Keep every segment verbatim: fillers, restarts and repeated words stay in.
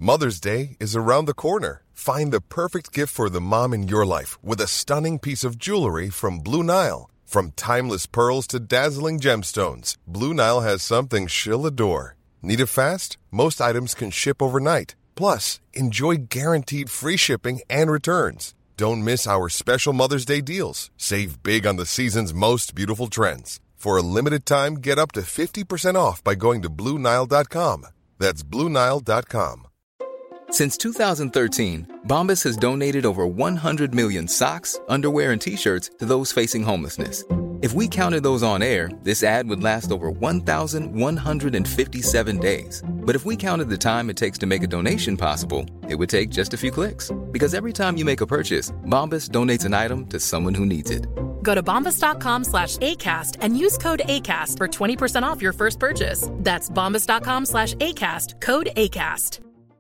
Mother's Day is around the corner. Find the perfect gift for the mom in your life with a stunning piece of jewelry from Blue Nile. From timeless pearls to dazzling gemstones, Blue Nile has something she'll adore. Need it fast? Most items can ship overnight. Plus, enjoy guaranteed free shipping and returns. Don't miss our special Mother's Day deals. Save big on the season's most beautiful trends. For a limited time, get up to fifty percent off by going to Blue Nile dot com. That's Blue Nile dot com. Since two thousand thirteen, Bombas has donated over one hundred million socks, underwear, and T-shirts to those facing homelessness. If we counted those on air, this ad would last over one thousand one hundred fifty-seven days. But if we counted the time it takes to make a donation possible, it would take just a few clicks. Because every time you make a purchase, Bombas donates an item to someone who needs it. Go to bombas.com slash ACAST and use code ACAST for twenty percent off your first purchase. That's bombas.com slash ACAST, code ACAST.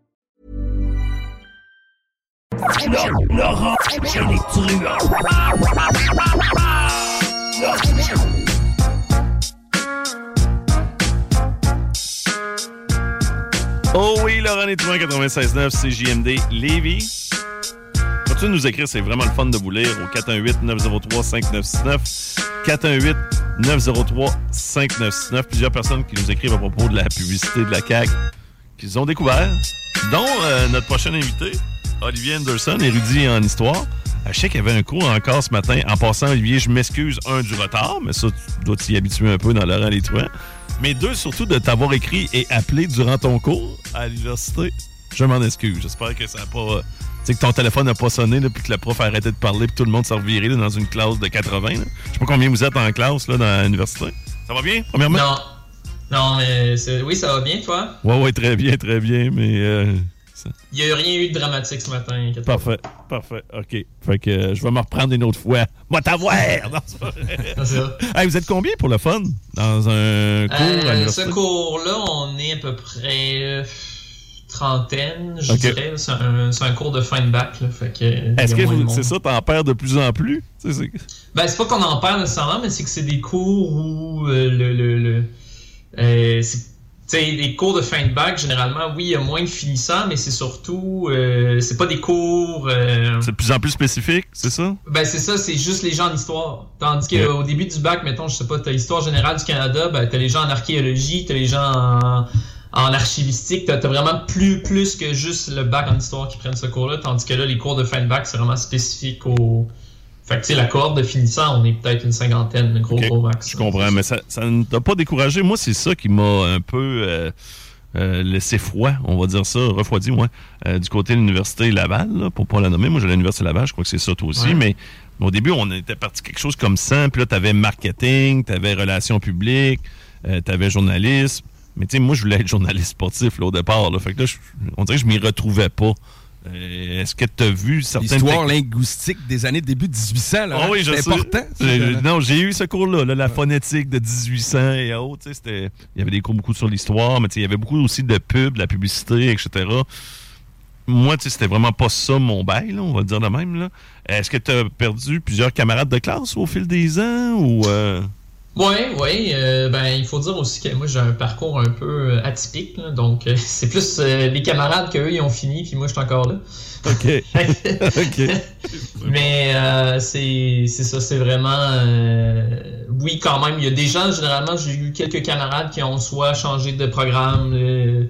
Laurent et les truands. Oh oui, Laurent et Truands, quatre-vingt-seize neuf C J M D Lévis. Continuez de nous écrire, c'est vraiment le fun de vous lire au quatre un huit neuf zéro trois cinq neuf six neuf. quatre un huit neuf zéro trois cinq neuf six neuf. Plusieurs personnes qui nous écrivent à propos de la publicité de la C A Q qu'ils ont découvert, dont euh, notre prochain invité, Olivier Anderson, érudit en histoire. Je sais qu'il y avait un cours encore ce matin. En passant, Olivier, je m'excuse, un, du retard, mais ça, tu dois t'y habituer un peu dans Laurent et les Truands. Mais deux, surtout, de t'avoir écrit et appelé durant ton cours à l'université. Je m'en excuse. J'espère que ça n'a pas... Tu sais, que ton téléphone n'a pas sonné, là, puis que le prof a arrêté de parler, puis tout le monde s'est reviré là, dans une classe de quatre-vingts. Là. Je sais pas combien vous êtes en classe là, dans l'université. Ça va bien, premièrement? Non. Non, mais c'est... oui, ça va bien, toi? Ouais, ouais, très bien, très bien, mais... Euh... Il n'y a rien eu de dramatique ce matin. Parfait, parfait, OK. Fait que euh, je vais me reprendre une autre fois. Moi, t'avoir! Non, c'est pas vrai. C'est ça. Hey, vous êtes combien pour le fun? Dans un cours euh, à l'université? Ce cours-là, on est à peu près trentaine, je okay. dirais. C'est un, c'est un cours de fin de bac. Là, fait que, est-ce que vous, c'est ça, t'en perds de plus en plus? C'est, c'est... Ben, c'est pas qu'on en perd nécessairement, mais c'est que c'est des cours où euh, le... le, le euh, c'est T'sais, les cours de fin de bac, généralement, oui, il y a moins de finissants, mais c'est surtout... Euh, c'est pas des cours... Euh... C'est de plus en plus spécifique, c'est ça? Ben, c'est ça, c'est juste les gens en histoire. Tandis qu'au yeah. début du bac, mettons, je sais pas, t'as l'histoire générale du Canada, ben, t'as les gens en archéologie, t'as les gens en, en archivistique, t'as, t'as vraiment plus, plus que juste le bac en histoire qui prennent ce cours-là, tandis que là, les cours de fin de bac, c'est vraiment spécifique au... Fait que, tu sais, la cohorte de finissants, on est peut-être une cinquantaine, gros, okay. gros max. Je comprends, mais ça, ça ne t'a pas découragé. Moi, c'est ça qui m'a un peu euh, euh, laissé froid, on va dire ça, refroidi, moi, euh, du côté de l'Université Laval, là, pour pas la nommer. Moi, j'ai l'Université Laval, je crois que c'est ça, toi aussi, ouais. mais au début, on était parti quelque chose comme ça, puis là, t'avais marketing, t'avais relations publiques, euh, t'avais journalisme. Mais tu sais, moi, je voulais être journaliste sportif, là, au départ, là. Fait que là, je, on dirait que je m'y retrouvais pas. Euh, est-ce que tu as vu certaines... L'histoire linguistique des années début dix-huit cents, là. Oh oui, c'est je important. J'ai, non, j'ai eu ce cours-là, là, la phonétique de dix-huit cents et autres. C'était, il y avait des cours beaucoup sur l'histoire, mais il y avait beaucoup aussi de pub, de la publicité, et cetera. Moi, c'était vraiment pas ça mon bail, là, on va le dire de même. Là. Est-ce que tu as perdu plusieurs camarades de classe au fil des ans ou... Euh... Oui, oui. Euh, ben, il faut dire aussi que moi, j'ai un parcours un peu atypique. Là, donc, euh, c'est plus euh, les camarades qu'eux, ils ont fini, puis moi, je suis encore là. OK. OK. Mais euh, c'est, c'est ça, c'est vraiment... Euh, oui, quand même, il y a des gens, généralement, j'ai eu quelques camarades qui ont soit changé de programme... Euh,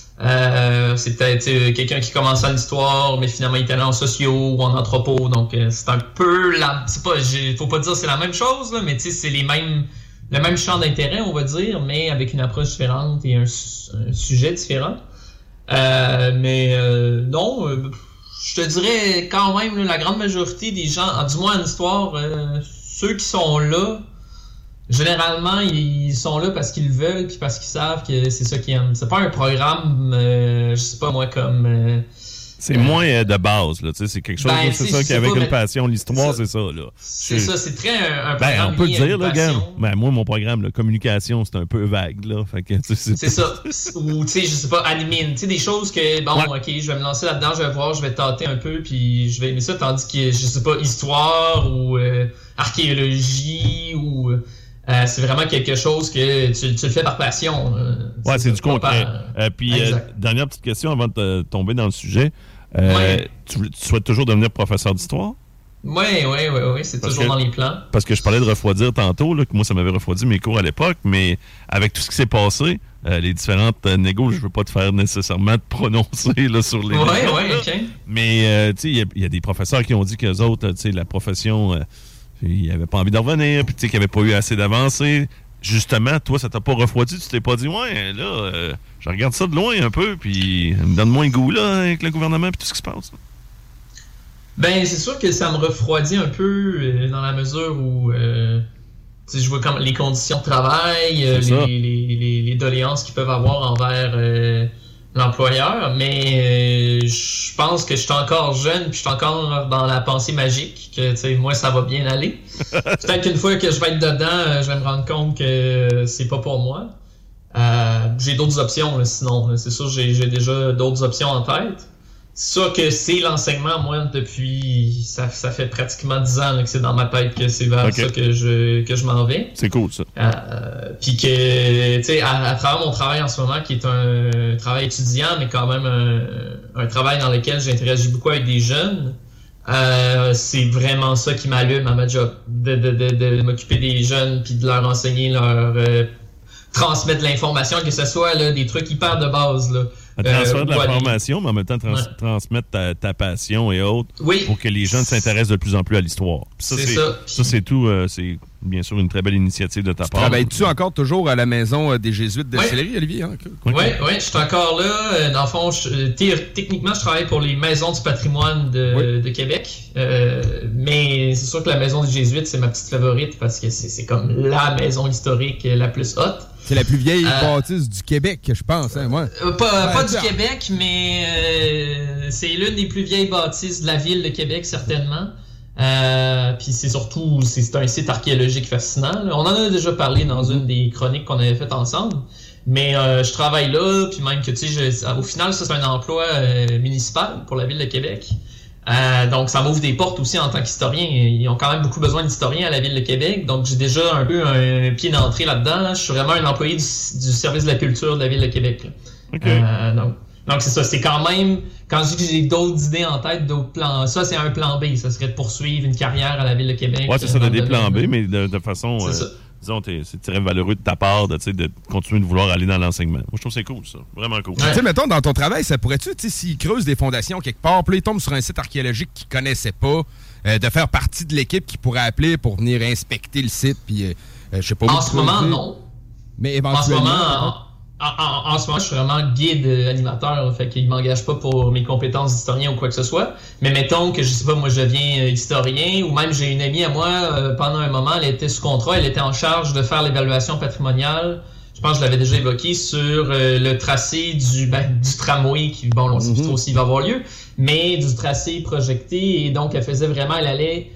Euh, c'est peut-être euh, quelqu'un qui commence en histoire, mais finalement il est allé en sociaux ou en anthropo, donc euh, c'est un peu la, c'est pas, j'ai, faut pas dire c'est la même chose là, mais tu sais c'est les mêmes, le même champ d'intérêt on va dire, mais avec une approche différente et un, un sujet différent. Euh, mais euh, non, euh, je te dirais quand même là, la grande majorité des gens, du moins en histoire, euh, ceux qui sont là. Généralement, ils sont là parce qu'ils le veulent puis parce qu'ils savent que c'est ça qu'ils aiment. C'est pas un programme, euh, je sais pas moi, comme... Euh, c'est euh, moins euh, de base, là, tu sais, c'est quelque chose, ben, là, c'est, c'est ça qu'avec une passion, l'histoire, c'est ça, c'est ça, là. C'est c'est ça, c'est très un, un ben, programme on peut dire, là, gars, passion. Ben, moi, mon programme, la communication, c'est un peu vague, là, fait que, tu sais, c'est... c'est ça, ou, tu sais, je sais pas, animine, tu sais, des choses que, bon, ouais. ok, je vais me lancer là-dedans, je vais voir, je vais tâter un peu, puis je vais aimer ça, tandis que, je sais pas, histoire, ou euh, archéologie, ou... Euh, c'est vraiment quelque chose que tu, tu le fais par passion. Euh, ouais, c'est du concret. Par... Euh, puis, euh, dernière petite question avant de tomber dans le sujet. Euh, ouais. tu, tu souhaites toujours devenir professeur d'histoire? Oui, oui, oui, oui, c'est parce toujours que, dans les plans. Parce que je parlais de refroidir tantôt, là, que moi, ça m'avait refroidi mes cours à l'époque, mais avec tout ce qui s'est passé, euh, les différentes euh, négos, je ne veux pas te faire nécessairement te prononcer là, sur les... Oui, oui, OK. Mais, euh, tu sais, il y, y a des professeurs qui ont dit qu'eux autres, tu sais, la profession... Euh, ils n'avaient pas envie de revenir, puis tu sais qu'il n'y avait pas eu assez d'avancées. Justement, toi, ça t'a pas refroidi, tu t'es pas dit, ouais, là, euh, je regarde ça de loin un peu, puis me donne moins goût, là, avec le gouvernement, puis tout ce qui se passe. Là. Ben, c'est sûr que ça me refroidit un peu, euh, dans la mesure où, euh, tu sais, je vois comme les conditions de travail, euh, les, les, les, les doléances qu'ils peuvent avoir envers euh, l'employeur, mais euh, je pense que je suis encore jeune, puis je suis encore dans la pensée magique, que tu sais, moi ça va bien aller. Peut-être qu'une fois que je vais être dedans, euh, je vais me rendre compte que c'est pas pour moi. Euh, j'ai d'autres options, là, sinon. Là, c'est sûr, j'ai, j'ai déjà d'autres options en tête. C'est sûr que c'est l'enseignement, moi, depuis... Ça, ça fait pratiquement dix ans là, que c'est dans ma tête que c'est vers okay. ça que je, que je m'en vais. C'est cool, ça. Euh, Puis que, tu sais, à, à travers mon travail en ce moment, qui est un travail étudiant, mais quand même un, un travail dans lequel j'interagis beaucoup avec des jeunes, euh, c'est vraiment ça qui m'allume à ma job. De, de, de, de m'occuper des jeunes, puis de leur enseigner, leur euh, transmettre de l'information, que ce soit là, des trucs hyper de base, là. Transfert euh, de l'information, mais en même temps trans- ouais. transmettre ta, ta passion et autres oui. pour que les jeunes s'intéressent de plus en plus à l'histoire. Ça, c'est, c'est ça. Ça, c'est tout. Euh, c'est bien sûr une très belle initiative de ta tu part. Travailles-tu encore toujours à la maison des Jésuites de oui. Sillery, Olivier? Hein? Oui, oui, ouais, je suis encore là. Dans le fond, je, thé- techniquement, je travaille pour les maisons du patrimoine de, oui. de Québec. Euh, mais c'est sûr que la maison des Jésuites, c'est ma petite favorite parce que c'est, c'est comme la maison historique la plus haute. C'est la plus vieille euh, bâtisse du Québec, je pense. Hein, moi. Euh, pas pas du Québec, mais euh, c'est l'une des plus vieilles bâtisses de la ville de Québec, certainement. Euh, Puis c'est surtout, c'est, c'est un site archéologique fascinant. Là. On en a déjà parlé dans une des chroniques qu'on avait faites ensemble. Mais euh, je travaille là, puis même que, tu sais, au final, ça, c'est un emploi euh, municipal pour la ville de Québec. Euh, donc, ça m'ouvre des portes aussi en tant qu'historien. Ils ont quand même beaucoup besoin d'historiens à la ville de Québec. Donc, j'ai déjà un peu un pied d'entrée là-dedans. Je suis vraiment un employé du, du service de la culture de la ville de Québec. Là. Okay. Euh, donc, donc, c'est ça. C'est quand même... Quand je dis que j'ai d'autres idées en tête, d'autres plans... Ça, c'est un plan B. Ça serait de poursuivre une carrière à la ville de Québec. Ouais, c'est ça, de des plans B, mais de, de façon... C'est euh, ça. Disons, c'est très valeureux de ta part de, de continuer de vouloir aller dans l'enseignement. Moi, je trouve que c'est cool, ça. Vraiment cool. Ouais. Tu sais, mettons, dans ton travail, ça pourrait-tu, tu sais, s'ils creusent des fondations quelque part, puis ils tombent sur un site archéologique qu'ils connaissaient pas, euh, de faire partie de l'équipe qui pourrait appeler pour venir inspecter le site, puis, euh, je sais pas... En ce moment, non. Mais éventuellement... En ce moment... En, en, en ce moment, je suis vraiment guide euh, animateur, fait qu'il ne m'engage pas pour mes compétences d'historien ou quoi que ce soit. Mais mettons que, je sais pas, moi, je deviens euh, historien, ou même j'ai une amie à moi, euh, pendant un moment, elle était sous contrat, elle était en charge de faire l'évaluation patrimoniale. Je pense que je l'avais déjà évoqué sur euh, le tracé du, ben, du tramway, qui, bon, on sait plus trop s'il va avoir lieu, mais du tracé projeté. Et donc, elle faisait vraiment, elle allait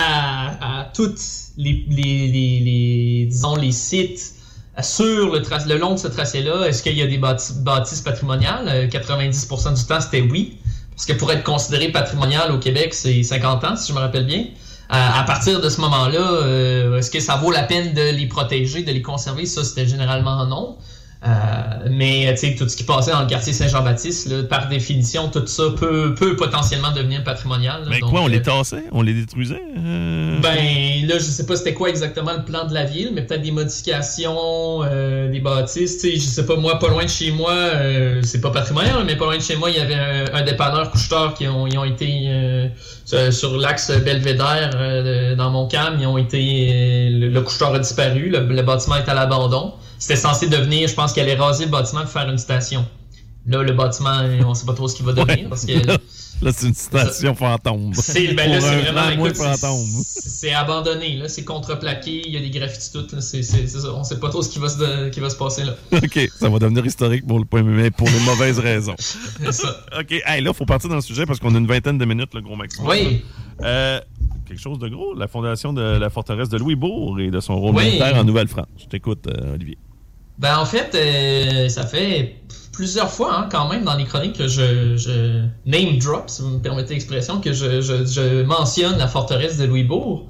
à, à toutes les, les, les, les, disons, les sites sur le, tra- le long de ce tracé-là. Est-ce qu'il y a des bâti- bâtisses patrimoniales? quatre-vingt-dix pour cent du temps, c'était oui. Parce que pour être considéré patrimonial au Québec, c'est cinquante ans, si je me rappelle bien. Euh, à partir de ce moment-là, euh, est-ce que ça vaut la peine de les protéger, de les conserver? Ça, c'était généralement non. Euh, mais tu sais, tout ce qui passait dans le quartier Saint-Jean-Baptiste, là, par définition, tout ça peut, peut potentiellement devenir patrimonial. Là, mais donc, quoi, on euh, les tassait? On les détruisait? Euh... Ben, là, je sais pas c'était quoi exactement le plan de la ville, mais peut-être des modifications, euh, des bâtisses. Tu sais, je sais pas, moi, pas loin de chez moi, euh, c'est pas patrimonial, mais pas loin de chez moi, il y avait un, un dépanneur couche-tard qui ont, ils ont été euh, sur l'axe Belvédère, euh, dans mon cam, ils ont été, euh, le, le couche-tard a disparu, le, le bâtiment est à l'abandon. C'était censé devenir, je pense qu'elle allait raser le bâtiment pour faire une station. Là, le bâtiment, on sait pas trop ce qu'il va devenir. Ouais. Parce que, là, là, c'est une station ça, fantôme. C'est, ben là, c'est vraiment écoute, fantôme. C'est, c'est abandonné. Là, c'est contreplaqué, il y a des graffitis toutes. Là, c'est, c'est, c'est ça. On sait pas trop ce qui va se, qui va se passer là. OK, ça va devenir historique pour le point, mais pour les mauvaises raisons. C'est ça. OK, hey, là, il faut partir dans le sujet parce qu'on a une vingtaine de minutes, le gros maximum. Oui. Euh, quelque chose de gros, la fondation de la forteresse de Louisbourg et de son rôle oui. militaire en Nouvelle-France. Je t'écoute, euh, Olivier. Ben, en fait, euh, ça fait plusieurs fois, hein, quand même, dans les chroniques que je, je name drop, si vous me permettez l'expression, que je, je, je mentionne la forteresse de Louisbourg.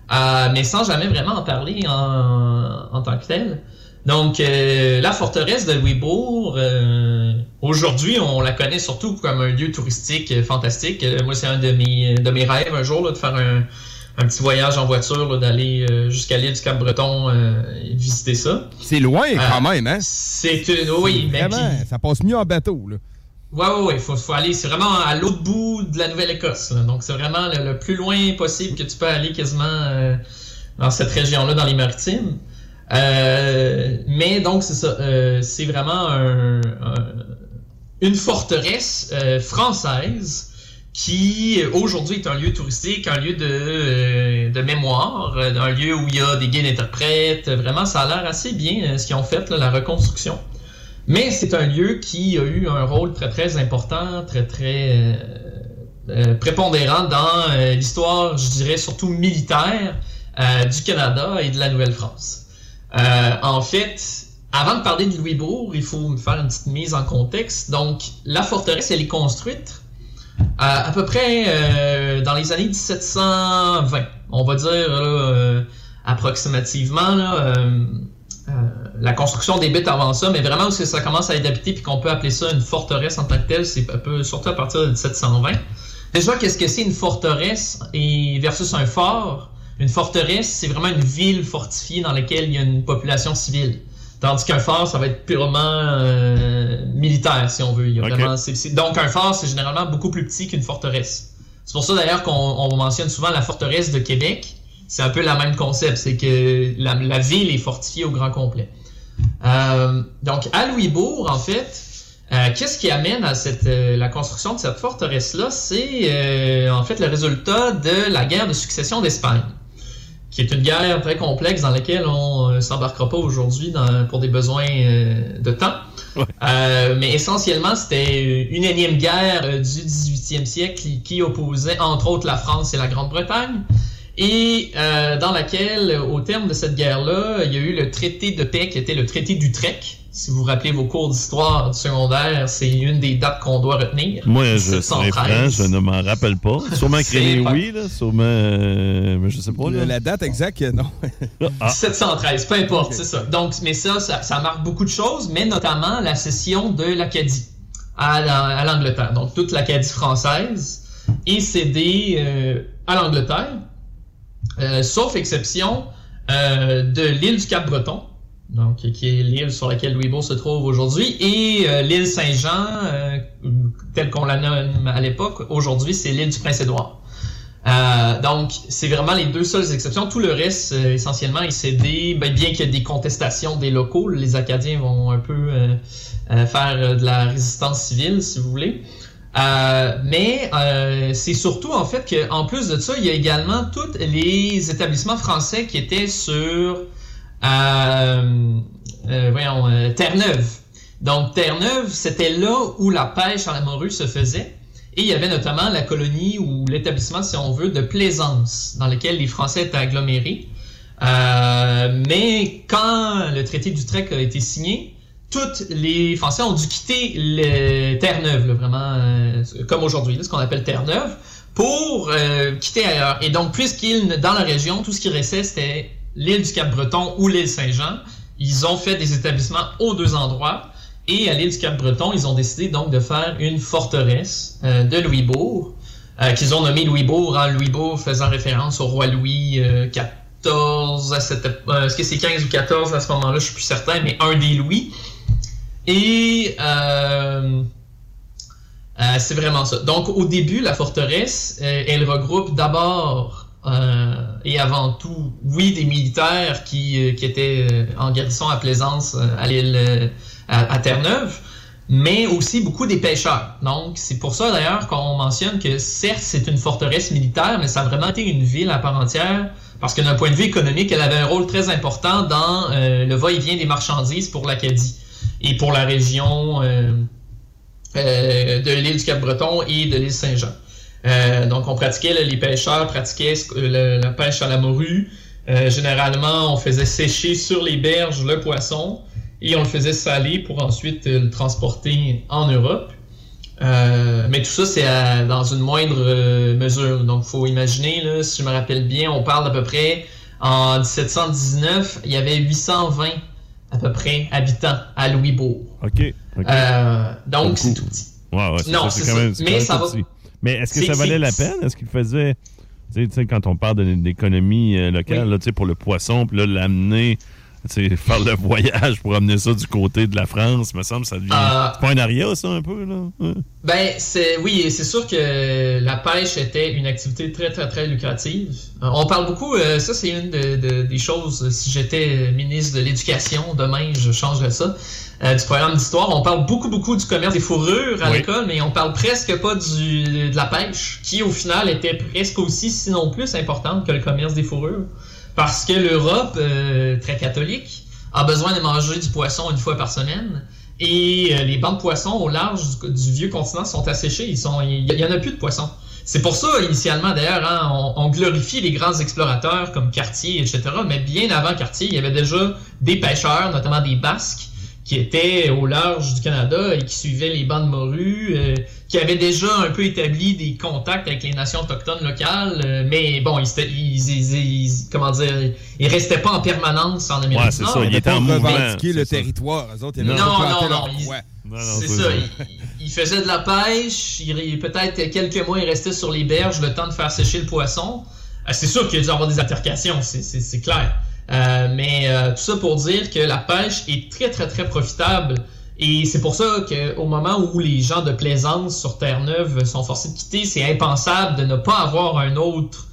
euh, mais sans jamais vraiment en parler en, en tant que tel. Donc, euh, la forteresse de Louisbourg, euh, aujourd'hui, on la connaît surtout comme un lieu touristique euh, fantastique. Euh, moi, c'est un de mes, de mes rêves un jour là, de faire un, un petit voyage en voiture, là, d'aller euh, jusqu'à l'île du Cap-Breton euh, et visiter ça. C'est loin quand euh, même, hein? C'est une... Oui, mais vraiment, puis, ça passe mieux en bateau, là. Ouais, ouais, ouais, il faut, faut aller, c'est vraiment à l'autre bout de la Nouvelle-Écosse, là. Donc, c'est vraiment le, le plus loin possible que tu peux aller quasiment euh, dans cette région-là, dans les Maritimes. Euh, mais donc c'est ça, euh, c'est vraiment un, un, une forteresse euh, française qui aujourd'hui est un lieu touristique, un lieu de, euh, de mémoire, un lieu où il y a des guides interprètes. Vraiment, ça a l'air assez bien euh, ce qu'ils ont fait, là, la reconstruction. Mais c'est un lieu qui a eu un rôle très très important, très très euh, euh, prépondérant dans euh, l'histoire, je dirais surtout militaire euh, du Canada et de la Nouvelle-France. Euh, en fait, avant de parler de Louisbourg, il faut me faire une petite mise en contexte. Donc, la forteresse, elle est construite euh, à peu près euh, dans les années dix-sept cent vingt. On va dire là, euh, approximativement. Là, euh, euh, la construction débute avant ça, mais vraiment où ça commence à être habité puis qu'on peut appeler ça une forteresse en tant que telle, c'est un peu, surtout à partir de dix-sept cent vingt. Déjà, qu'est-ce que c'est une forteresse et versus un fort? Une forteresse, c'est vraiment une ville fortifiée dans laquelle il y a une population civile. Tandis qu'un fort, ça va être purement euh, militaire, si on veut. Il y a okay. vraiment, c'est, c'est, donc un fort, c'est généralement beaucoup plus petit qu'une forteresse. C'est pour ça d'ailleurs qu'on on mentionne souvent la forteresse de Québec. C'est un peu le même concept, c'est que la, la ville est fortifiée au grand complet. Euh, donc à Louisbourg, en fait, euh, qu'est-ce qui amène à cette, euh, la construction de cette forteresse-là? C'est euh, en fait le résultat de la guerre de succession d'Espagne, qui est une guerre très complexe dans laquelle on ne euh, s'embarquera pas aujourd'hui dans, pour des besoins euh, de temps. Ouais. Euh, mais essentiellement, c'était une énième guerre euh, du dix-huitième siècle qui, qui opposait entre autres la France et la Grande-Bretagne, et euh, dans laquelle, au terme de cette guerre-là, il y a eu le traité de paix qui était le traité d'Utrecht. Si vous vous rappelez vos cours d'histoire du secondaire, c'est une des dates qu'on doit retenir. Moi, je serai franc, je ne m'en rappelle pas. Sûrement créé, oui, là, sûrement, euh, mais je sais pas. Là. La date exacte, non. ah. dix-sept cent treize, peu importe, okay. C'est ça. Donc, mais ça, ça, ça marque beaucoup de choses, mais notamment la cession de l'Acadie à, à l'Angleterre. Donc, toute l'Acadie française est cédée euh, à l'Angleterre, euh, sauf exception euh, de l'île du Cap-Breton, donc qui est l'île sur laquelle Louisbourg se trouve aujourd'hui, et euh, l'île Saint-Jean, euh, telle qu'on la nomme à l'époque, aujourd'hui, c'est l'île du Prince-Édouard. Euh, donc, c'est vraiment les deux seules exceptions. Tout le reste, euh, essentiellement, est cédé, ben, bien qu'il y ait des contestations des locaux. Les Acadiens vont un peu euh, euh, faire de la résistance civile, si vous voulez. Euh, mais euh, c'est surtout, en fait, qu'en plus de ça, il y a également tous les établissements français qui étaient sur... Euh, euh, voyons, euh, Terre-Neuve. Donc, Terre-Neuve, c'était là où la pêche à la morue se faisait. Et il y avait notamment la colonie ou l'établissement, si on veut, de Plaisance, dans lequel les Français étaient agglomérés. Euh, mais quand le traité d'Utrecht a été signé, tous les Français ont dû quitter le Terre-Neuve, là, vraiment, euh, comme aujourd'hui, là, ce qu'on appelle Terre-Neuve, pour euh, quitter ailleurs. Et donc, puisqu'ils, dans la région, tout ce qui restait, c'était l'île du Cap-Breton ou l'île Saint-Jean, ils ont fait des établissements aux deux endroits. Et à l'île du Cap-Breton, ils ont décidé donc de faire une forteresse euh, de Louisbourg, euh, qu'ils ont nommée Louisbourg, en Louisbourg faisant référence au roi Louis euh, quatorze, à cette, euh, est-ce que c'est quinze ou quatorze à ce moment-là, je suis plus certain, mais un des Louis. Et euh, euh, c'est vraiment ça. Donc au début, la forteresse, euh, elle regroupe d'abord euh, et avant tout, oui, des militaires qui, euh, qui étaient euh, en garnison à Plaisance, euh, à l'île... Euh, À, à Terre-Neuve, mais aussi beaucoup des pêcheurs. Donc, c'est pour ça d'ailleurs qu'on mentionne que certes, c'est une forteresse militaire, mais ça a vraiment été une ville à part entière, parce que d'un point de vue économique, elle avait un rôle très important dans euh, le va-et-vient des marchandises pour l'Acadie et pour la région euh, euh, de l'île du Cap-Breton et de l'île Saint-Jean. Euh, donc, on pratiquait, là, les pêcheurs pratiquaient euh, la pêche à la morue. Euh, généralement, on faisait sécher sur les berges le poisson, et on le faisait saler pour ensuite le transporter en Europe. Euh, mais tout ça, c'est à, dans une moindre euh, mesure. Donc, il faut imaginer, là, si je me rappelle bien, on parle d'à peu près, en dix-sept cent dix-neuf, il y avait huit cent vingt à peu près habitants à Louisbourg. OK. okay. Euh, donc, c'est tout petit. Ouais, ouais, c'est non, ça, c'est, c'est quand même, ça. Mais ça va. Petit. Mais est-ce que c'est, ça valait c'est, la peine? Est-ce qu'il faisait... Tu sais, quand on parle de, d'économie euh, locale, oui. là, pour le poisson, puis là, l'amener... faire le voyage pour amener ça du côté de la France, me semble, ça devient... Euh, c'est pas un aria, ça, un peu, là? Ouais. Ben, c'est... Oui, c'est sûr que la pêche était une activité très, très, très lucrative. Euh, on parle beaucoup... Euh, ça, c'est une de, de, des choses... Si j'étais ministre de l'Éducation, demain, je changerais ça. Euh, du programme d'histoire, on parle beaucoup, beaucoup du commerce des fourrures à oui. l'école, mais on parle presque pas du, de la pêche, qui, au final, était presque aussi, sinon plus, importante que le commerce des fourrures. Parce que l'Europe, euh, très catholique, a besoin de manger du poisson une fois par semaine. Et euh, les bancs de poissons au large du, du vieux continent sont asséchés. Il sont, il y en a plus de poissons. C'est pour ça, initialement, d'ailleurs, hein, on, on glorifie les grands explorateurs comme Cartier, et cetera. Mais bien avant Cartier, il y avait déjà des pêcheurs, notamment des Basques, qui étaient au large du Canada et qui suivaient les bancs de morue, euh, qui avaient déjà un peu établi des contacts avec les nations autochtones locales, euh, mais bon, ils, ils, ils, ils, comment dire, ils restaient pas en permanence en Amérique ouais, du Nord. C'est ça, ils étaient en mouvement. Revendiquer le ça. territoire, eux autres, ils non, non, non, ils, non, non, c'est, c'est ça, ça. Ils, ils faisaient de la pêche, ils, peut-être quelques mois, ils restaient sur les berges, le temps de faire sécher le poisson. Euh, c'est sûr qu'il y a dû avoir des altercations, c'est, c'est, c'est clair. Euh, mais euh, tout ça pour dire que la pêche est très, très, très profitable. Et c'est pour ça qu'au moment où les gens de Plaisance sur Terre-Neuve sont forcés de quitter, c'est impensable de ne pas avoir un autre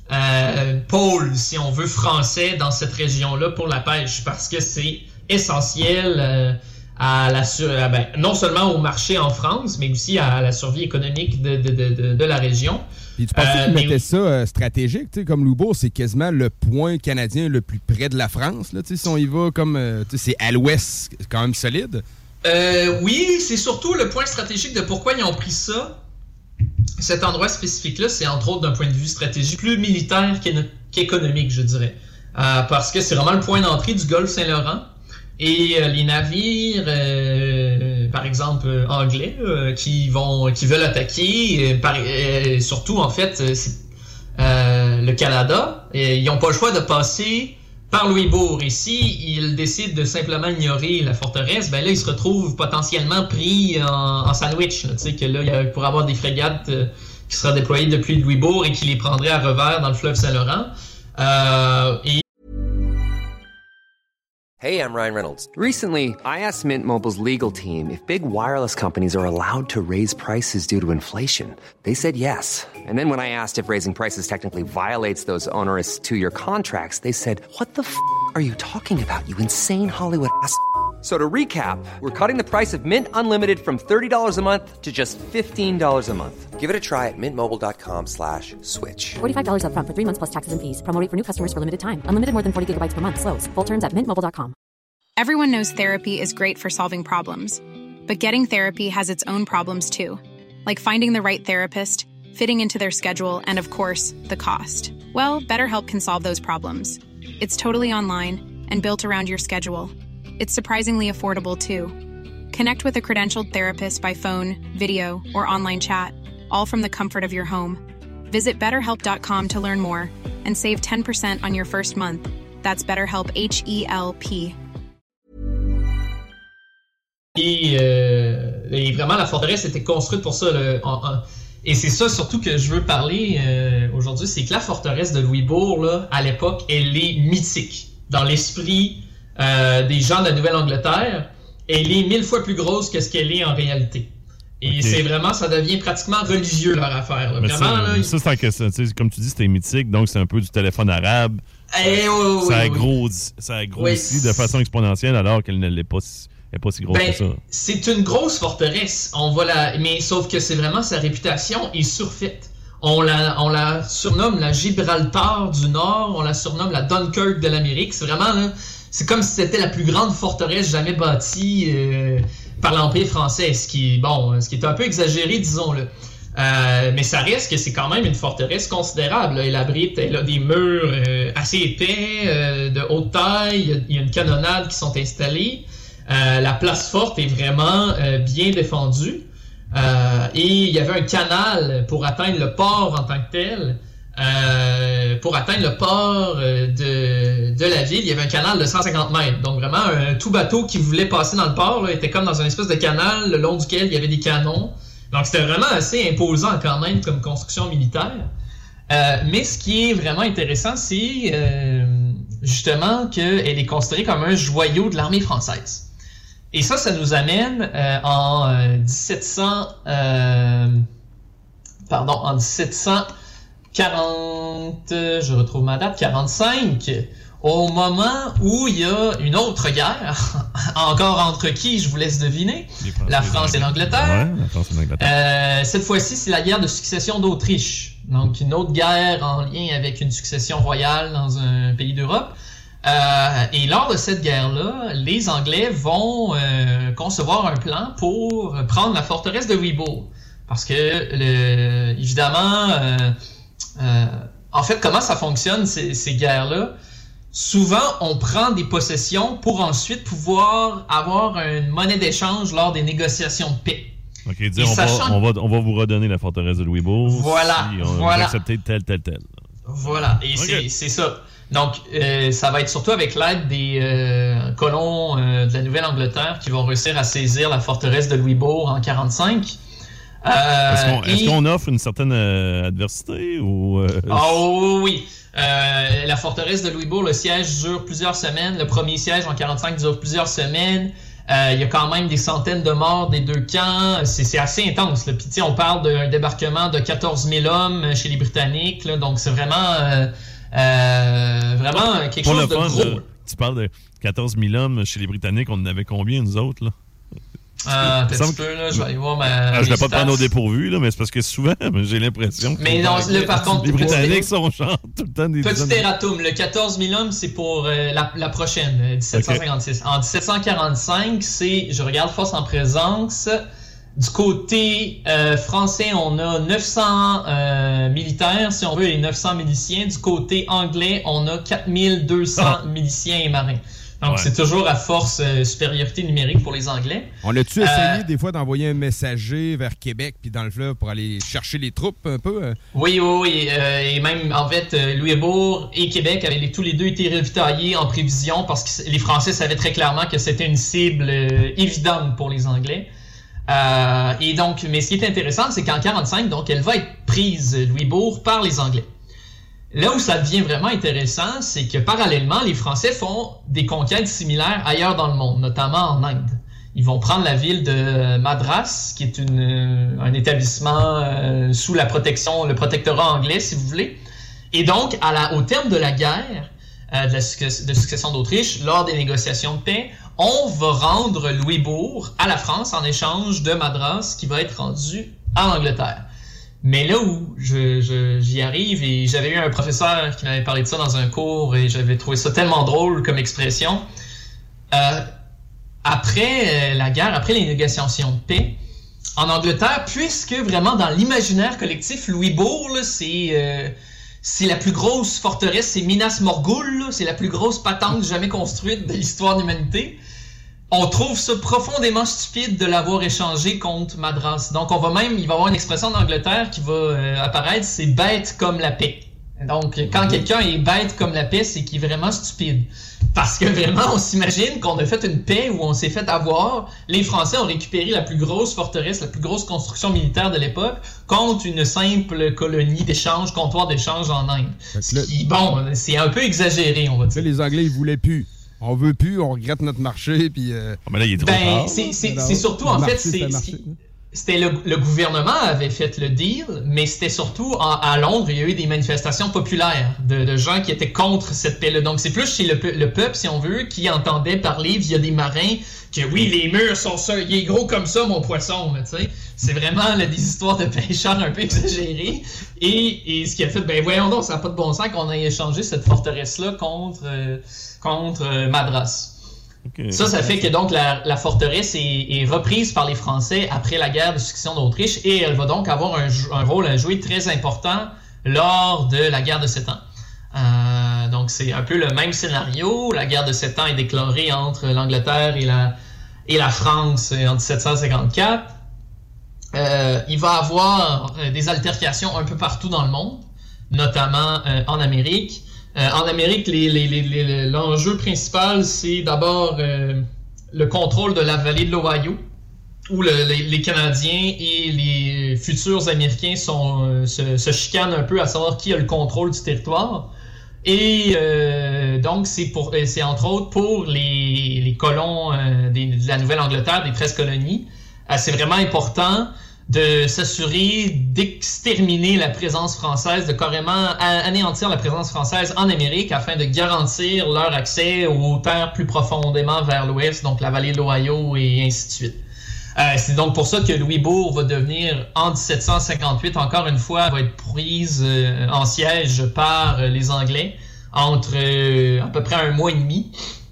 euh, pôle, si on veut, français dans cette région-là pour la pêche, parce que c'est essentiel euh, à la sur- à, ben, non seulement au marché en France, mais aussi à la survie économique de, de, de, de, de la région. Puis tu pensais euh, qu'ils mettaient mais... ça euh, stratégique, tu sais, comme Louisbourg, c'est quasiment le point canadien le plus près de la France, là, tu sais, si on y va comme, euh, tu sais, c'est à l'ouest, c'est quand même solide. Euh, oui, c'est surtout le point stratégique de pourquoi ils ont pris ça. Cet endroit spécifique-là, c'est entre autres d'un point de vue stratégique plus militaire qu'économique, je dirais. Euh, parce que c'est vraiment le point d'entrée du golfe Saint-Laurent. Et euh, les navires, euh, par exemple euh, anglais, euh, qui vont, qui veulent attaquer, euh, par, euh, surtout en fait, euh, c'est, euh, le Canada, et ils n'ont pas le choix de passer par Louisbourg. Et si ils décident de simplement ignorer la forteresse, ben là ils se retrouvent potentiellement pris en, en sandwich. Tu sais que là il pourrait y avoir des frégates euh, qui seraient déployées depuis Louisbourg et qui les prendraient à revers dans le fleuve Saint-Laurent. Euh, et Hey, I'm Ryan Reynolds. Recently, I asked Mint Mobile's legal team if big wireless companies are allowed to raise prices due to inflation. They said yes. And then when I asked if raising prices technically violates those onerous two-year contracts, they said, what the f*** are you talking about, you insane Hollywood ass f- So to recap, we're cutting the price of Mint Unlimited from thirty dollars a month to just fifteen dollars a month. Give it a try at mintmobile.com slash switch. forty-five dollars up front for three months plus taxes and fees. Promo rate for new customers for limited time. Unlimited more than forty gigabytes per month. Slows full terms at mint mobile dot com. Everyone knows therapy is great for solving problems. But getting therapy has its own problems too. Like finding the right therapist, fitting into their schedule, and of course, the cost. Well, BetterHelp can solve those problems. It's totally online and built around your schedule. It's surprisingly affordable, too. Connect with a credentialed therapist by phone, video, or online chat, all from the comfort of your home. Visit better help dot com to learn more and save ten percent on your first month. That's BetterHelp, H E L P. Et, euh, et vraiment, la forteresse était construite pour ça. Le, en, en, et c'est ça surtout que je veux parler euh, aujourd'hui, c'est que la forteresse de Louisbourg, là, à l'époque, elle est mythique dans l'esprit Euh, des gens de la Nouvelle-Angleterre, elle est mille fois plus grosse que ce qu'elle est en réalité. Et okay. c'est vraiment, ça devient pratiquement religieux leur affaire. Là. Vraiment, ça, là, il... ça, c'est que ça, comme tu dis, c'était mythique, donc c'est un peu du téléphone arabe. Eh, oh, ça, a oui, grossi, ça a grossi oui, de façon exponentielle alors qu'elle ne l'est pas, est pas si grosse ben, que ça. C'est une grosse forteresse, on va la... mais sauf que c'est vraiment sa réputation est surfaite. On la, on la surnomme la Gibraltar du Nord, on la surnomme la Dunkirk de l'Amérique. C'est vraiment là. C'est comme si c'était la plus grande forteresse jamais bâtie euh, par l'Empire français, ce qui, bon, ce qui est un peu exagéré, disons-le. Euh, mais ça reste que c'est quand même une forteresse considérable. Là. Elle abrite elle a des murs euh, assez épais, euh, de haute taille, il y, a, il y a une canonnade qui sont installées. Euh, la place forte est vraiment euh, bien défendue. Euh, et il y avait un canal pour atteindre le port en tant que tel. Euh, pour atteindre le port de, de la ville, il y avait un canal de cent cinquante mètres. Donc vraiment, un, tout bateau qui voulait passer dans le port là, était comme dans une espèce de canal le long duquel il y avait des canons. Donc c'était vraiment assez imposant quand même comme construction militaire. Euh, mais ce qui est vraiment intéressant, c'est euh, justement qu'elle est considérée comme un joyau de l'armée française. Et ça, ça nous amène euh, en euh, dix-sept cents... Euh, pardon, en dix-sept cent quarante, je retrouve ma date, quarante-cinq, au moment où il y a une autre guerre, encore entre qui, je vous laisse deviner, la France et l'Angleterre. Ouais, la France et l'Angleterre. Euh, cette fois-ci, c'est la guerre de succession d'Autriche. Donc, une autre guerre en lien avec une succession royale dans un pays d'Europe. Euh, et lors de cette guerre-là, les Anglais vont euh, concevoir un plan pour prendre la forteresse de Louisbourg. Parce que, le, évidemment... Euh, Euh, en fait, comment ça fonctionne, ces, ces guerres-là? Souvent, on prend des possessions pour ensuite pouvoir avoir une monnaie d'échange lors des négociations de paix. OK, dire on, sachant... va, on, va, on va vous redonner la forteresse de Louisbourg. Voilà, si on voilà. Vous acceptez tel, tel, tel. Voilà, et okay. c'est, c'est ça. Donc, euh, ça va être surtout avec l'aide des euh, colons euh, de la Nouvelle-Angleterre qui vont réussir à saisir la forteresse de Louisbourg en quarante-cinq. Euh, est-ce, qu'on, et... est-ce qu'on offre une certaine euh, adversité ou euh... Oh oui, euh, la forteresse de Louisbourg, le siège dure plusieurs semaines. Le premier siège en quarante-cinq dure plusieurs semaines. Euh, il y a quand même des centaines de morts des deux camps. C'est, c'est assez intense. Là. Puis tu sais, on parle d'un débarquement de quatorze mille hommes chez les Britanniques. Là, donc c'est vraiment, euh, euh, vraiment quelque Pour chose de fun, gros. Là, tu parles de quatorze mille hommes chez les Britanniques. On en avait combien nous autres là? Ah, un petit peu, là, je vais aller voir ma. Ah, je ne vais pas te prendre au dépourvu, là, mais c'est parce que souvent, j'ai l'impression que. Mais non, là, par contre. Les Britanniques sont chante tout le temps des. Petit erratum, le quatorze mille hommes, c'est pour euh, la, la prochaine, euh, dix-sept cent cinquante-six. Okay. En dix-sept cent quarante-cinq, c'est, je regarde force en présence. Du côté euh, français, on a neuf cents euh, militaires, si on veut, et neuf cents miliciens. Du côté anglais, on a quatre mille deux cents ah. miliciens et marins. Donc, ouais. c'est toujours à force euh, supériorité numérique pour les Anglais. On a-tu essayé euh, des fois d'envoyer un messager vers Québec puis dans le fleuve pour aller chercher les troupes un peu? Euh? Oui, oui, oui. Euh, et même, en fait, euh, Louisbourg et Québec avaient les, tous les deux été ravitaillés en prévision parce que les Français savaient très clairement que c'était une cible euh, évidente pour les Anglais. Euh, et donc, mais ce qui est intéressant, c'est qu'en quarante-cinq, donc, elle va être prise, Louisbourg, par les Anglais. Là où ça devient vraiment intéressant, c'est que parallèlement, les Français font des conquêtes similaires ailleurs dans le monde, notamment en Inde. Ils vont prendre la ville de Madras, qui est une, un établissement euh, sous la protection, le protectorat anglais, si vous voulez. Et donc, à la, au terme de la guerre euh, de, la, de succession d'Autriche, lors des négociations de paix, on va rendre Louisbourg à la France en échange de Madras, qui va être rendu en Angleterre. Mais là où je, je, j'y arrive, et j'avais eu un professeur qui m'avait parlé de ça dans un cours, et j'avais trouvé ça tellement drôle comme expression. Euh, après la guerre, après les négociations de paix, en Angleterre, puisque vraiment dans l'imaginaire collectif, Louisbourg, là, c'est, euh, c'est la plus grosse forteresse, c'est Minas Morgul, là, c'est la plus grosse patente jamais construite de l'histoire de l'humanité. On trouve ça profondément stupide de l'avoir échangé contre Madras. Donc, on va même, il va y avoir une expression d'Angleterre qui va euh, apparaître, c'est bête comme la paix. Donc, quand quelqu'un est bête comme la paix, c'est qu'il est vraiment stupide. Parce que vraiment, on s'imagine qu'on a fait une paix où on s'est fait avoir. Les Français ont récupéré la plus grosse forteresse, la plus grosse construction militaire de l'époque, contre une simple colonie d'échange, comptoir d'échange en Inde. Ce qui, bon, c'est un peu exagéré, on va dire. Là, les Anglais, ils voulaient plus. On veut plus, on regrette notre marché, puis... Euh... Oh, mais là, il est trop ben, tard. c'est, c'est, c'est surtout, en marché, fait, c'est... c'est C'était le, le gouvernement avait fait le deal, mais c'était surtout en, à Londres, il y a eu des manifestations populaires de, de gens qui étaient contre cette paix-là. Donc c'est plus chez le, le peuple, si on veut, qui entendait parler via des marins que oui, les murs sont ça, il est gros comme ça, mon poisson, tu sais. C'est vraiment là, des histoires de pêcheurs un peu exagérées. Et, et ce qui a fait, ben voyons donc, ça n'a pas de bon sens qu'on ait échangé cette forteresse-là contre, euh, contre euh, Madras. Okay. Ça, ça fait que donc la, la forteresse est, est reprise par les Français après la guerre de succession d'Autriche et elle va donc avoir un, un rôle à jouer très important lors de la guerre de Sept Ans. Euh, donc c'est un peu le même scénario. La guerre de Sept Ans est déclarée entre l'Angleterre et la, et la France en dix-sept cent cinquante-quatre. euh, il va avoir euh, des altercations un peu partout dans le monde, notamment euh, en Amérique. Euh, en Amérique, les, les, les, les, l'enjeu principal, c'est d'abord euh, le contrôle de la vallée de l'Ohio, où le, les, les Canadiens et les futurs Américains sont, euh, se, se chicanent un peu à savoir qui a le contrôle du territoire. Et euh, donc, c'est, pour, c'est entre autres pour les, les colons euh, des, de la Nouvelle-Angleterre, des treize colonies. Euh, c'est vraiment important de s'assurer d'exterminer la présence française, de carrément anéantir la présence française en Amérique afin de garantir leur accès aux terres plus profondément vers l'ouest, donc la vallée de l'Ohio et ainsi de suite. Euh, c'est donc pour ça que Louisbourg va devenir, en dix-sept cent cinquante-huit, encore une fois, va être prise euh, en siège par euh, les Anglais entre euh, à peu près un mois et demi.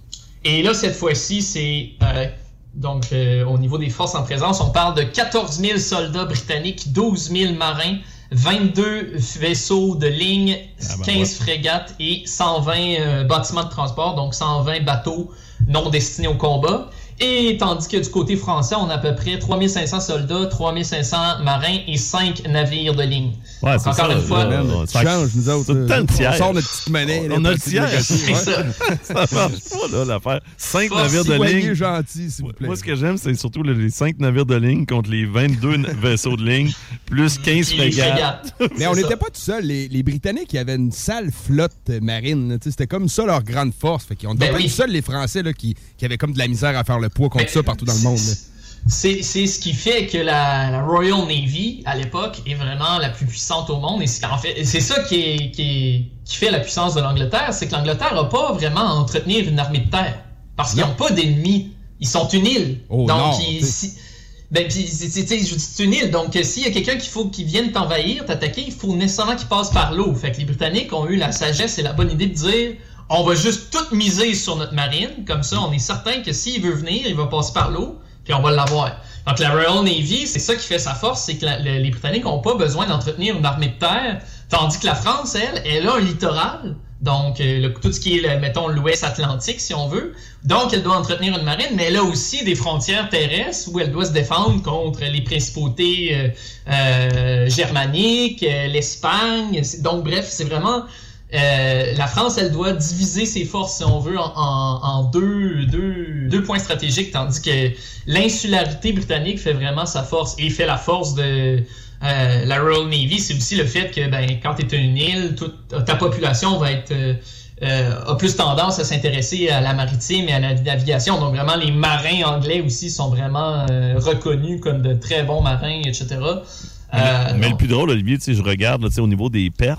Et là, cette fois-ci, c'est euh, donc euh, au niveau des forces en présence, on parle de quatorze mille soldats britanniques, douze mille marins, vingt-deux vaisseaux de ligne, ah ben quinze ouais. frégates et cent vingt euh, bâtiments de transport, donc cent vingt bateaux non destinés au combat. Et tandis que du côté français, on a à peu près trois mille cinq cents soldats, trois mille cinq cents marins et cinq navires de ligne. Ouais, donc, c'est encore ça, une fois, là, on change, nous autres. Euh, on sort notre petite monnaie. On, on a le tiers. C'est ça. Ça marche pas, là, l'affaire. cinq Force navires de ligne. Gentil, s'il vous plaît. Moi, ce que j'aime, c'est surtout les cinq navires de ligne contre les vingt-deux vaisseaux de ligne, plus quinze frégates. Mais on n'était pas tout seuls. Les, les Britanniques, ils avaient une sale flotte marine. C'était comme ça leur grande force. Fait qu'on n'était ben pas oui. seuls, les Français, là, qui, qui avaient comme de la misère à faire le poids contre ben, ça partout dans le monde. Là. C'est, c'est ce qui fait que la, la Royal Navy, à l'époque, est vraiment la plus puissante au monde. Et c'est, en fait, c'est ça qui, est, qui, est, qui fait la puissance de l'Angleterre, c'est que l'Angleterre n'a pas vraiment à entretenir une armée de terre. Parce qu'ils n'ont pas d'ennemis. Ils sont une île. Oh, donc, non, ils, si, ben, pis, c'est, c'est, je dis c'est une île. Donc, s'il y a quelqu'un qu'il faut qui vienne t'envahir, t'attaquer, il faut nécessairement qu'il passe par l'eau. Fait que les Britanniques ont eu la sagesse et la bonne idée de dire on va juste tout miser sur notre marine. Comme ça, on est certain que s'il veut venir, il va passer par l'eau. Puis on va l'avoir. Donc la Royal Navy, c'est ça qui fait sa force, c'est que la, le, les Britanniques n'ont pas besoin d'entretenir une armée de terre, tandis que la France, elle, elle a un littoral, donc euh, le, tout ce qui est, le, mettons, l'Ouest Atlantique, si on veut. Donc elle doit entretenir une marine, mais elle a aussi des frontières terrestres où elle doit se défendre contre les principautés euh, euh, germaniques, euh, l'Espagne. Donc bref, c'est vraiment... Euh, la France, elle doit diviser ses forces, si on veut, en, en, en deux, deux, deux points stratégiques, tandis que l'insularité britannique fait vraiment sa force et fait la force de euh, la Royal Navy. C'est aussi le fait que ben, quand tu es une île, toute, ta population va être euh, euh, a plus tendance à s'intéresser à la maritime et à la navigation. Donc vraiment, les marins anglais aussi sont vraiment euh, reconnus comme de très bons marins, et cetera. Euh, mais mais le plus drôle, Olivier, je regarde là, au niveau des pertes.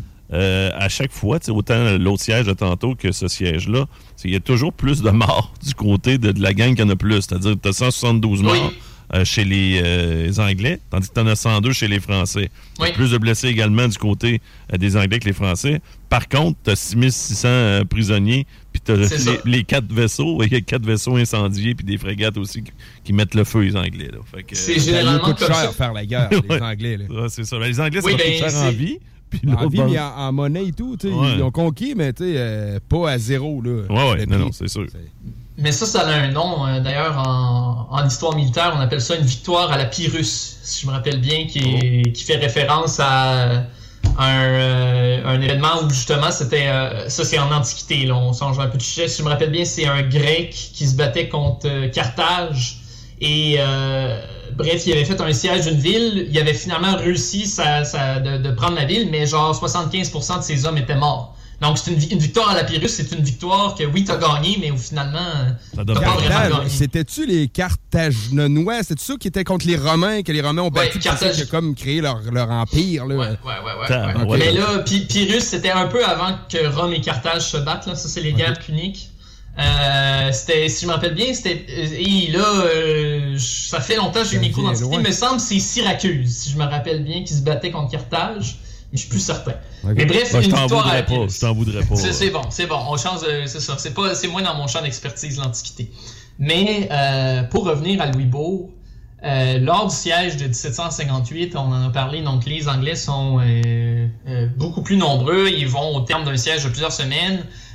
Euh, à chaque fois, autant l'autre siège de tantôt que ce siège-là, il y a toujours plus de morts du côté de, de la gang qu'il y en a plus. C'est-à-dire que tu as cent soixante-douze morts oui. euh, chez les, euh, les Anglais, tandis que tu en as cent deux chez les Français. Oui. Plus de blessés également du côté euh, des Anglais que les Français. Par contre, tu as six mille six cents euh, prisonniers, puis tu as les, les quatre vaisseaux, et quatre vaisseaux incendiés, puis des frégates aussi qui, qui mettent le feu, les Anglais. Là. Fait que, c'est euh, généralement ça coûte comme cher ça. faire la guerre, les Anglais. Là. Ouais, c'est ça. Ben, les Anglais, oui, ça ben, coûte cher c'est... en vie. Puis en vie, mais en, en monnaie et tout, ouais. Ils ont conquis, mais euh, pas à zéro. Là, ouais, ouais, non, non, c'est sûr. C'est... Mais ça, ça a un nom. Euh, d'ailleurs, en, en histoire militaire, on appelle ça une victoire à la Pyrrhus, si je me rappelle bien, qui, est, oh. qui fait référence à un, euh, un événement où, justement, c'était... Euh, ça, c'est en Antiquité, là, on change un peu de sujet. Si je me rappelle bien, c'est un Grec qui se battait contre euh, Carthage. Et... Euh, Bref, il avait fait un siège d'une ville, il avait finalement réussi sa, sa, de, de prendre la ville, mais genre soixante-quinze pour cent de ses hommes étaient morts. Donc c'est une, une victoire à la Pyrrhus, c'est une victoire que oui, t'as gagné, mais où finalement, t'as pas vraiment gagné. C'était-tu les Carthaginois? C'était-tu ça qui était contre les Romains, que les Romains ont battu, ouais, Carthage... qui a comme créé leur, leur empire? Là. Ouais, ouais, ouais. ouais, ouais. Okay. Mais là, Py- Pyrrhus, c'était un peu avant que Rome et Carthage se battent, là. Ça, c'est les guerres okay. puniques. Euh, c'était, si je me rappelle bien, c'était, et là, euh, ça fait longtemps que j'ai eu mes cours d'antiquité, il me semble que c'est Syracuse, si je me rappelle bien, qui se battait contre Carthage, mais je suis plus certain. Okay. Mais bref, ben, une victoire à la pas, je t'en voudrais pas. C'est, c'est bon, c'est bon, on change de, c'est ça, c'est pas, c'est moins dans mon champ d'expertise, l'Antiquité. Mais, euh, pour revenir à Louisbourg, euh, lors du siège de dix-sept cent cinquante-huit, on en a parlé, donc les Anglais sont, euh, euh, beaucoup plus nombreux, ils vont au terme d'un siège de plusieurs semaines,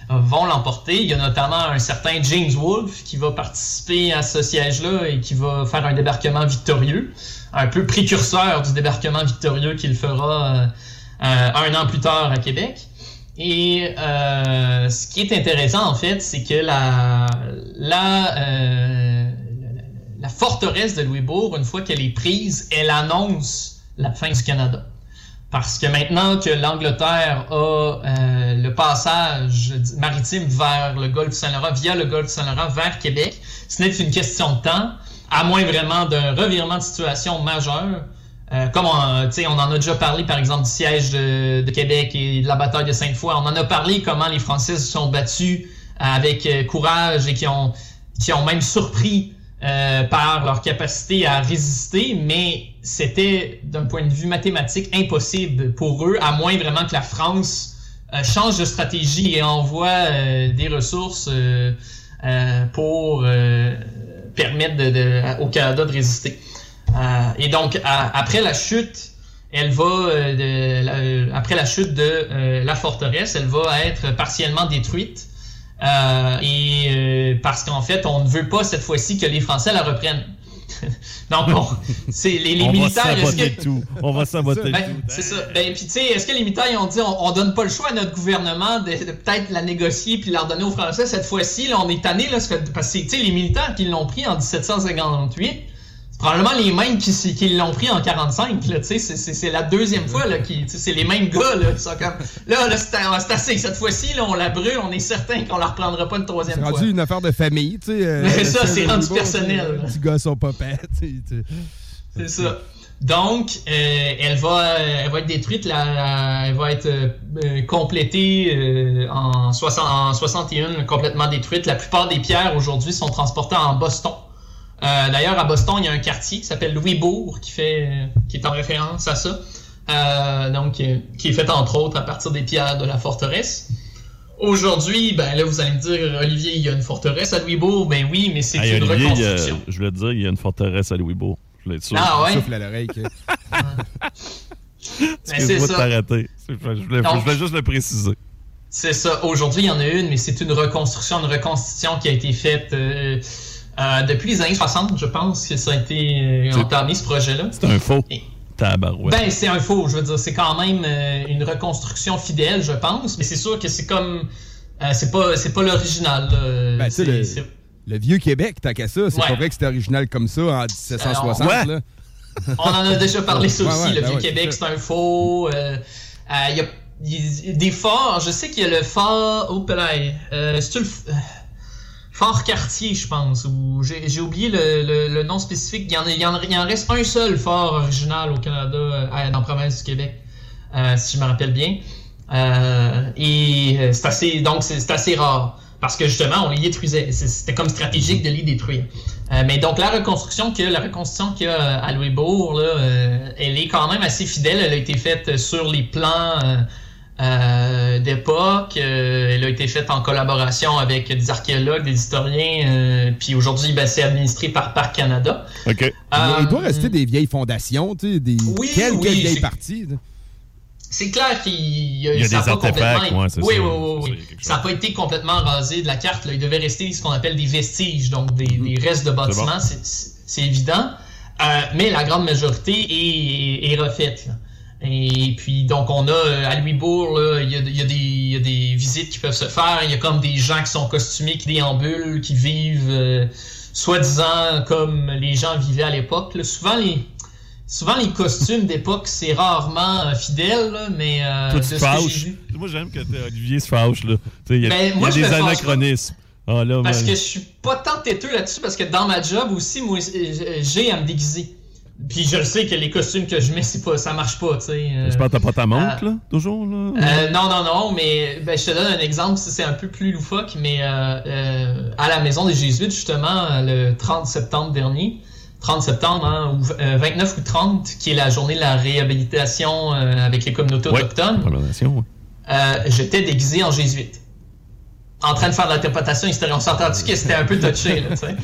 vont l'emporter. Il y a notamment un certain James Wolfe qui va participer à ce siège-là et qui va faire un débarquement victorieux, un peu précurseur du débarquement victorieux qu'il fera euh, euh, un an plus tard à Québec. Et euh, ce qui est intéressant, en fait, c'est que la, la, euh, la forteresse de Louisbourg, une fois qu'elle est prise, elle annonce la fin du Canada. Parce que maintenant que l'Angleterre a euh, le passage maritime vers le golfe du Saint-Laurent, via le golfe du Saint-Laurent vers Québec, ce n'est qu'une question de temps, à moins vraiment d'un revirement de situation majeur. Euh, comme on, on en a déjà parlé, par exemple, du siège de, de Québec et de la bataille de Sainte-Foy. On en a parlé comment les Français se sont battus avec euh, courage et qui ont, qui ont même surpris euh, par leur capacité à résister, mais c'était, d'un point de vue mathématique, impossible pour eux, à moins vraiment que la France euh, change de stratégie et envoie euh, des ressources euh, euh, pour euh, permettre de, de, au Canada de résister. Euh, et donc, à, après la chute, elle va, euh, de, la, après la chute de euh, la forteresse, elle va être partiellement détruite. Euh, et euh, parce qu'en fait, on ne veut pas cette fois-ci que les Français la reprennent. Donc, on, c'est les, les on militaires. Va est-ce que... tout. On va saboter ben, tout. C'est ça. Ben, puis tu sais, est-ce que les militaires ils ont dit, on, on donne pas le choix à notre gouvernement de, de peut-être la négocier puis la redonner aux Français cette fois-ci. Là, on est tanné là, parce que tu sais, les militaires qui l'ont pris en dix-sept cent cinquante-huit. C'est probablement les mêmes qui, qui l'ont pris en quarante-cinq. Là, c'est, c'est, c'est la deuxième fois. Là, qui, c'est les mêmes gars. Là, qui sont comme, là, là c'est, c'est assez. Cette fois-ci, là, on la brûle. On est certain qu'on la reprendra pas une troisième fois. C'est rendu une affaire de famille. Tu sais, euh, Mais ça, c'est rendu personnel. Les petits gars sont pas pets. C'est ça. Donc, euh, elle, va, elle va être détruite. La, elle va être euh, complétée euh, en, soixante, en soixante et un, complètement détruite. La plupart des pierres, aujourd'hui, sont transportées en Boston. Euh, d'ailleurs, à Boston, il y a un quartier qui s'appelle Louisbourg, qui fait, qui est en référence à ça. Euh, donc, euh, qui est fait entre autres à partir des pierres de la forteresse. Aujourd'hui, ben là, vous allez me dire, Olivier, il y a une forteresse à Louisbourg. Ben oui, mais c'est hey, une Olivier, reconstruction. A, je voulais te dire, il y a une forteresse à Louisbourg. Je voulais être sûr. Ah ouais? Souffle à l'oreille. Que... Excuse-moi de t'arrêter. Je voulais, donc, je voulais juste le préciser. C'est ça. Aujourd'hui, il y en a une, mais c'est une reconstruction, une reconstitution qui a été faite... Euh, Euh, depuis les années soixante, je pense que ça a été euh, entamé, ce projet-là. C'est un faux. Et, tabarouette. Ben, c'est un faux. Je veux dire, c'est quand même euh, une reconstruction fidèle, je pense. Mais c'est sûr que c'est comme... Euh, c'est pas c'est pas l'original. Là. Ben, c'est, le, c'est... le vieux Québec, tant qu'à ça, c'est ouais. pas vrai que c'était original comme ça en dix-sept cent soixante. Alors, ouais. là. On en a déjà parlé, ça aussi. Ouais, ouais, le ben vieux ouais, Québec, c'est, c'est un faux. Il euh, euh, y a y a des forts. Je sais qu'il y a le fort... Oh, pelaye. Euh, c'est-tu le... Fort Cartier, je pense, ou j'ai, j'ai oublié le, le, le nom spécifique. Il y, en, il, y en, il en reste un seul fort original au Canada, euh, dans la province du Québec, euh, si je me rappelle bien. Euh, et c'est assez, donc c'est, c'est assez rare, parce que justement, on les détruisait. C'était comme stratégique de les détruire. Euh, mais donc la reconstruction que la reconstruction qu'il y a à Louisbourg, là, euh, elle est quand même assez fidèle. Elle a été faite sur les plans. Euh, Euh, d'époque, euh, elle a été faite en collaboration avec des archéologues, des historiens, euh, puis aujourd'hui, ben, c'est administré par Parc Canada. Ok. Euh, il doit rester des vieilles fondations, tu sais, des oui, quelques oui, vieilles c'est... parties. Là. C'est clair qu'il y a, il y a ça des artefacts, ouais, c'est oui, ça. Oui, oui, oui. Ça n'a pas été complètement rasé de la carte. Là. Il devait rester ce qu'on appelle des vestiges, donc des, mm-hmm. des restes de bâtiments, c'est, bon. c'est, c'est évident. Euh, mais la grande majorité est, est refaite. Là. Et puis, donc, on a, à Louisbourg, là, il y a, il y a des, il y a des visites qui peuvent se faire. Il y a comme des gens qui sont costumés, qui déambulent, qui vivent, euh, soi-disant, comme les gens vivaient à l'époque. Là. Souvent, les, souvent, les costumes d'époque, c'est rarement euh, fidèle, là, mais... Euh, Toi, tu te fâches. Moi, j'aime que Olivier se fâche, là. Il y a, ben, moi, y a des anachronismes. Ah, là, parce ben... que je suis pas tant têteux là-dessus, parce que dans ma job aussi, moi, j'ai à me déguiser. Puis je le sais que les costumes que je mets, c'est pas, ça marche pas, tu sais. Euh, J'espère que t'as pas ta montre, euh, là, toujours, là? Euh, non, non, non, mais ben, je te donne un exemple, c'est un peu plus loufoque, mais euh, euh, à la Maison des Jésuites, justement, le trente septembre dernier, trente septembre, hein, ou euh, vingt-neuf ou trente, qui est la journée de la réhabilitation euh, avec les communautés ouais, autochtones, ouais. euh, j'étais déguisé en jésuite. en train de faire de la tépotation, on s'est entendu que c'était un peu touché, là, tu sais.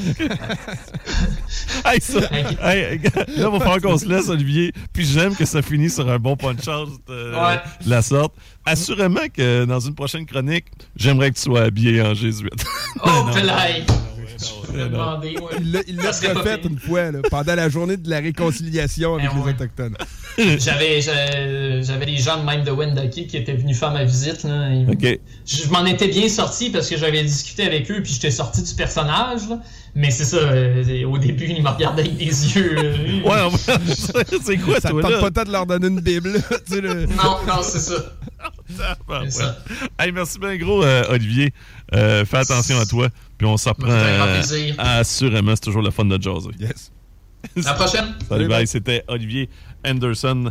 Hey, ça, hey, là, il va falloir qu'on se laisse, Olivier. Puis j'aime que ça finisse sur un bon punch-out de, ouais. de la sorte. Assurément que dans une prochaine chronique, j'aimerais que tu sois habillé en jésuite. Oh, Pelay! Demander, ouais. Il l'a, il l'a refait une fois, là, pendant la journée de la réconciliation avec ben les ouais. Autochtones. J'avais, j'avais, j'avais des gens de même de Wendake qui étaient venus faire ma visite. Là. Ils, okay. Je m'en étais bien sorti parce que j'avais discuté avec eux puis j'étais sorti du personnage. Là. Mais c'est ça, euh, au début, ils me regardaient avec des yeux. Euh, ouais, c'est quoi ça toi, te là? tente pas de leur donner une Bible. Là, tu sais, le... Non, non, c'est ça. Ah, c'est ça. Hey, merci bien gros, euh, Olivier. Euh, fais attention à toi. Puis on s'en reprend. Euh, assurément, c'est toujours le fun de jaser. Yes. À la prochaine. Salut, bye. C'était Olivier Anderson.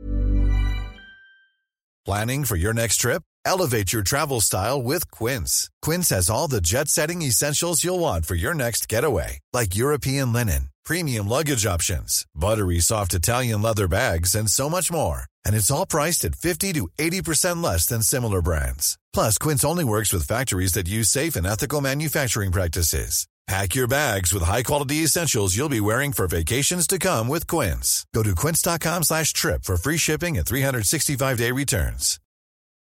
Planning for your next trip? Elevate your travel style with Quince. Quince has all the jet-setting essentials you'll want for your next getaway, like European linen, premium luggage options, buttery soft Italian leather bags, and so much more. And it's all priced at fifty to eighty percent less than similar brands. Plus, Quince only works with factories that use safe and ethical manufacturing practices. Pack your bags with high-quality essentials you'll be wearing for vacations to come with Quince. Go to quince.com slash trip for free shipping and three sixty-five day returns.